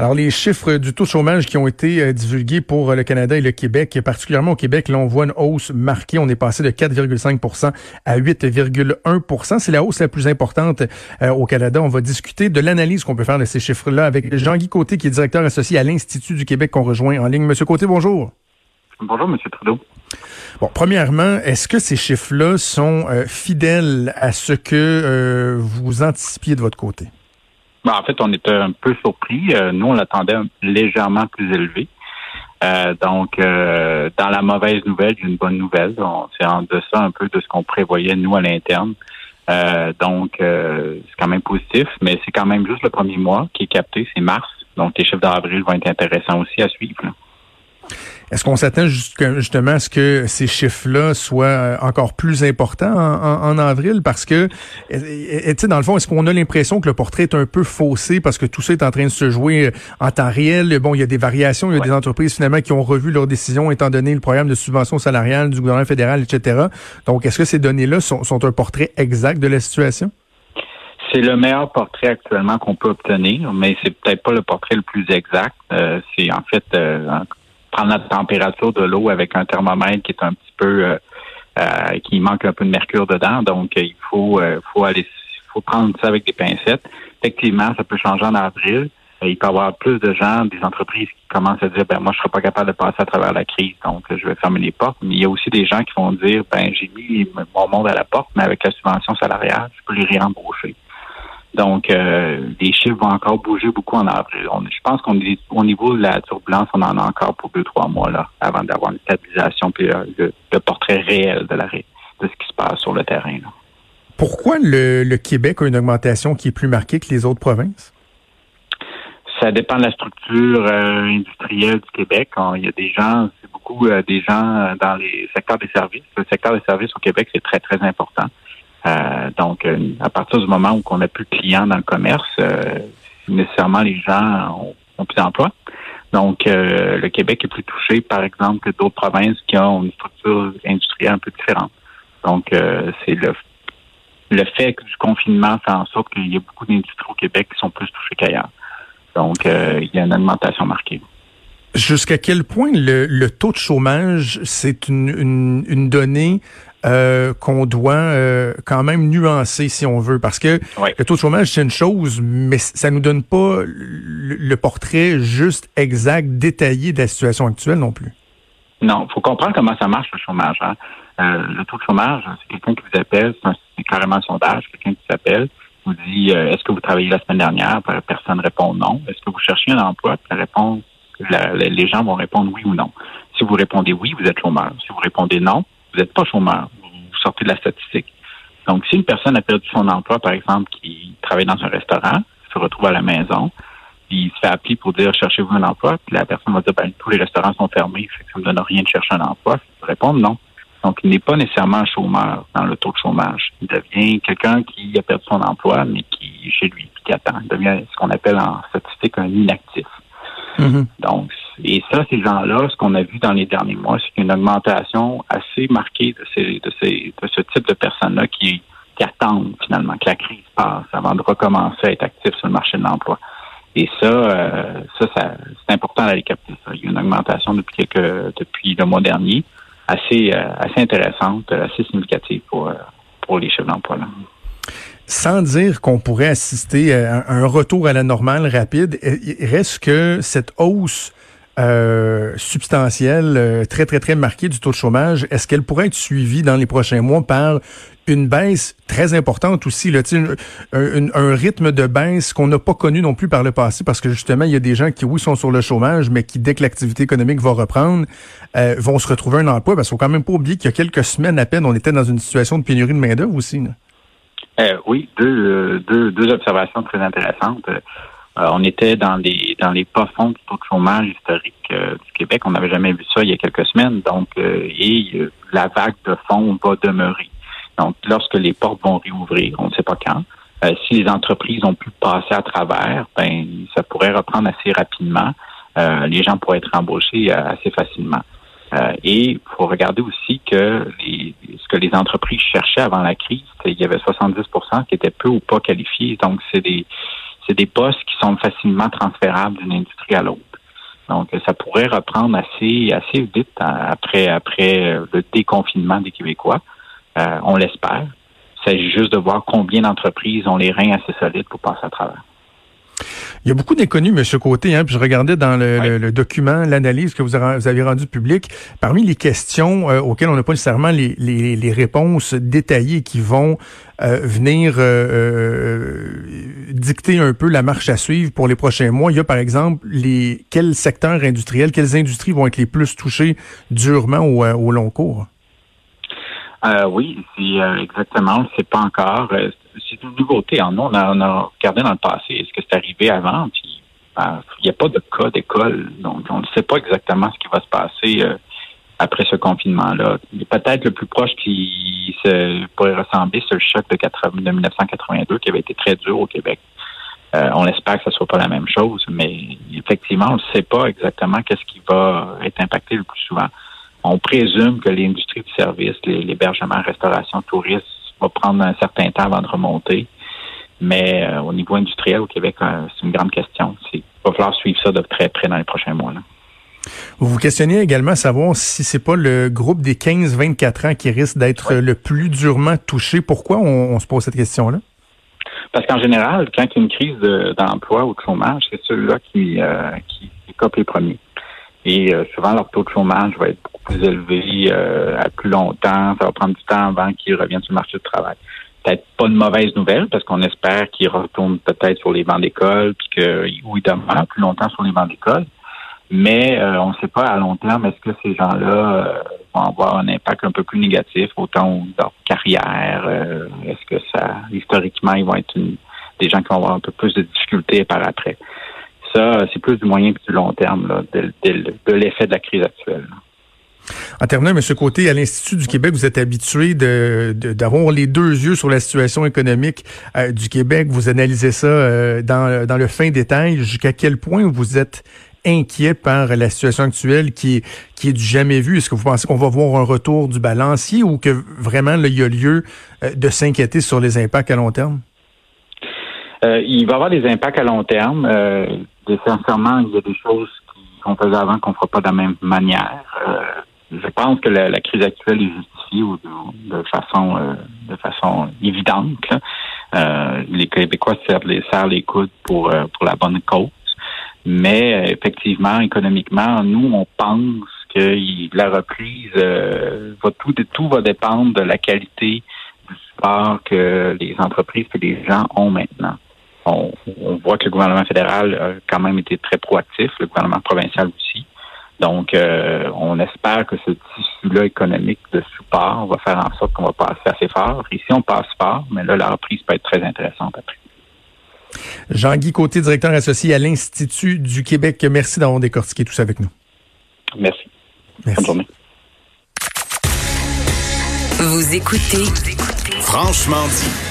Alors, les chiffres du taux de chômage qui ont été divulgués pour le Canada et le Québec, particulièrement au Québec, là, on voit une hausse marquée. On est passé de 4,5 à 8,1 C'est la hausse la plus importante au Canada. On va discuter de l'analyse qu'on peut faire de ces chiffres-là avec Jean-Guy Côté, qui est directeur associé à l'Institut du Québec, qu'on rejoint en ligne. Monsieur Côté, bonjour. Bonjour, M. Trudeau. Bon, premièrement, est-ce que ces chiffres-là sont fidèles à ce que vous anticipiez de votre côté? En fait, on était un peu surpris. Nous, on l'attendait légèrement plus élevé. Donc, dans la mauvaise nouvelle, il y a une bonne nouvelle. C'est en deçà un peu de ce qu'on prévoyait, nous, à l'interne. Donc, c'est quand même positif, mais c'est quand même juste le premier mois qui est capté, c'est mars. Donc, les chiffres d'avril vont être intéressants aussi à suivre, là. Est-ce qu'on s'attend justement à ce que ces chiffres-là soient encore plus importants en avril? Parce que, tu sais, dans le fond, est-ce qu'on a l'impression que le portrait est un peu faussé parce que tout ça est en train de se jouer en temps réel? Bon, il y a des variations, il y a des entreprises finalement qui ont revu leurs décisions étant donné le programme de subvention salariale du gouvernement fédéral, etc. Donc, est-ce que ces données-là sont un portrait exact de la situation? C'est le meilleur portrait actuellement qu'on peut obtenir, mais c'est peut-être pas le portrait le plus exact. C'est en fait prendre la température de l'eau avec un thermomètre qui est un petit peu qui manque un peu de mercure dedans. Donc il faut prendre ça avec des pincettes. Effectivement, ça peut changer en avril. Il peut y avoir plus de gens, des entreprises qui commencent à dire moi je serai pas capable de passer à travers la crise, donc je vais fermer les portes. Mais il y a aussi des gens qui vont dire j'ai mis mon monde à la porte, mais avec la subvention salariale, je peux les réembaucher. Donc, les chiffres vont encore bouger beaucoup en avril. Je pense qu'on est au niveau de la turbulence, on en a encore pour 2-3 mois là, avant d'avoir une stabilisation puis le portrait réel de ce qui se passe sur le terrain, là. Pourquoi le Québec a une augmentation qui est plus marquée que les autres provinces? Ça dépend de la structure industrielle du Québec. Il y a des gens, c'est beaucoup des gens dans les secteurs des services. Le secteur des services au Québec, c'est très, très important. Donc, à partir du moment où on n'a plus de clients dans le commerce, nécessairement les gens ont plus d'emplois. Donc, le Québec est plus touché, par exemple, que d'autres provinces qui ont une structure industrielle un peu différente. Donc, c'est le fait que du confinement fait en sorte qu'il y a beaucoup d'industries au Québec qui sont plus touchées qu'ailleurs. Donc, il y a une augmentation marquée. Jusqu'à quel point le taux de chômage, c'est une donnée qu'on doit quand même nuancer, si on veut, parce que le taux de chômage, c'est une chose, mais ça nous donne pas le portrait juste, exact, détaillé de la situation actuelle non plus. Non, il faut comprendre comment ça marche, le chômage. Hein. Le taux de chômage, c'est quelqu'un qui vous appelle, c'est carrément un sondage, quelqu'un qui s'appelle, vous dit est-ce que vous travaillez la semaine dernière? Personne répond non. Est-ce que vous cherchez un emploi? Les gens vont répondre oui ou non. Si vous répondez oui, vous êtes chômeur. Si vous répondez non, vous n'êtes pas chômeur. Vous sortez de la statistique. Donc, si une personne a perdu son emploi, par exemple, qui travaille dans un restaurant, se retrouve à la maison, puis il se fait appeler pour dire cherchez-vous un emploi, puis la personne va dire tous les restaurants sont fermés, fait que ça ne me donne rien de chercher un emploi. Il répond non. Donc, il n'est pas nécessairement un chômeur dans le taux de chômage. Il devient quelqu'un qui a perdu son emploi, mais qui est chez lui, puis qui attend. Il devient ce qu'on appelle en statistique un inactif. Mm-hmm. Donc, et ça, ces gens-là, ce qu'on a vu dans les derniers mois, c'est une augmentation assez marquée de ce type de personnes-là qui attendent finalement que la crise passe avant de recommencer à être actifs sur le marché de l'emploi. Et ça c'est important d'aller capter ça. Il y a une augmentation depuis le mois dernier, assez intéressante, assez significative pour les chefs d'emploi, là. Sans dire qu'on pourrait assister à un retour à la normale rapide, reste que cette hausse substantielle, très, très, très marquée du taux de chômage, est-ce qu'elle pourrait être suivie dans les prochains mois par une baisse très importante aussi, là, un rythme de baisse qu'on n'a pas connu non plus par le passé, parce que justement, il y a des gens qui, oui, sont sur le chômage, mais qui, dès que l'activité économique va reprendre, vont se retrouver un emploi. Parce qu'il faut quand même pas oublier qu'il y a quelques semaines à peine, on était dans une situation de pénurie de main-d'œuvre aussi, là. Oui, deux observations très intéressantes. On était dans les bas-fonds du taux de chômage historique du Québec. On n'avait jamais vu ça il y a quelques semaines. Donc, la vague de fonds va demeurer. Donc, lorsque les portes vont réouvrir, on ne sait pas quand, si les entreprises ont pu passer à travers, ça pourrait reprendre assez rapidement. Les gens pourraient être embauchés assez facilement. Et il faut regarder aussi que ce que les entreprises cherchaient avant la crise, il y avait 70% qui étaient peu ou pas qualifiés. Donc, c'est c'est des postes qui sont facilement transférables d'une industrie à l'autre. Donc, ça pourrait reprendre assez vite après le déconfinement des Québécois. On l'espère. Il s'agit juste de voir combien d'entreprises ont les reins assez solides pour passer à travers. Il y a beaucoup d'inconnus, M. Côté, puis je regardais dans le document, l'analyse que vous avez rendue publique. Parmi les questions auxquelles on n'a pas nécessairement les réponses détaillées qui vont venir dicter un peu la marche à suivre pour les prochains mois, il y a par exemple quels secteurs industriels, quelles industries vont être les plus touchées durement au long cours? Oui, c'est exactement. On ne sait pas encore. C'est une nouveauté. Nous, on a regardé dans le passé. Est-ce que c'est arrivé avant? Puis, il n'y a pas de cas d'école. Donc, on ne sait pas exactement ce qui va se passer après ce confinement-là. Peut-être le plus proche qui pourrait ressembler, c'est le choc de 1982 qui avait été très dur au Québec. On espère que ce ne soit pas la même chose, mais effectivement, on ne sait pas exactement qu'est-ce qui va être impacté le plus souvent. On présume que l'industrie du service, l'hébergement, restauration, tourisme, va prendre un certain temps avant de remonter. Mais au niveau industriel au Québec, c'est une grande question. Il va falloir suivre ça de très près dans les prochains mois. Là. Vous vous questionnez également à savoir si c'est pas le groupe des 15-24 ans qui risque d'être le plus durement touché. Pourquoi on se pose cette question-là? Parce qu'en général, quand il y a une crise d'emploi ou de chômage, c'est ceux-là qui copent les premiers. Et souvent, leur taux de chômage va être beaucoup plus élevé à plus longtemps. Ça va prendre du temps avant qu'ils reviennent sur le marché du travail. Peut-être pas de mauvaise nouvelle, parce qu'on espère qu'ils retournent peut-être sur les bancs d'école, puis qu'ils demeurent plus longtemps sur les bancs d'école. Mais on ne sait pas à long terme, est-ce que ces gens-là vont avoir un impact un peu plus négatif, autant dans leur carrière. Est-ce que historiquement, ils vont être des gens qui vont avoir un peu plus de difficultés par après. Ça, c'est plus du moyen que du long terme là, de l'effet de la crise actuelle. Là. En terminant, M. Côté, à l'Institut du Québec, vous êtes habitué d'avoir les deux yeux sur la situation économique du Québec. Vous analysez ça dans le fin détail. Jusqu'à quel point vous êtes inquiet par la situation actuelle qui est du jamais vu? Est-ce que vous pensez qu'on va voir un retour du balancier ou que vraiment là, il y a lieu de s'inquiéter sur les impacts à long terme? Il va y avoir des impacts à long terme. Sincèrement, il y a des choses qu'on faisait avant qu'on ne fera pas de la même manière. Je pense que la crise actuelle est justifiée de façon évidente. Les Québécois serrent les coudes pour la bonne cause. Mais effectivement, économiquement, nous, on pense que la reprise, tout va dépendre de la qualité du support que les entreprises et les gens ont maintenant. On voit que le gouvernement fédéral a quand même été très proactif, le gouvernement provincial aussi. Donc, on espère que ce tissu-là économique de support va faire en sorte qu'on va passer assez fort. Et si on passe fort, mais là, la reprise peut être très intéressante après. Jean-Guy Côté, directeur associé à l'Institut du Québec. Merci d'avoir décortiqué tout ça avec nous. Merci. Bonne journée. Vous écoutez Franchement dit.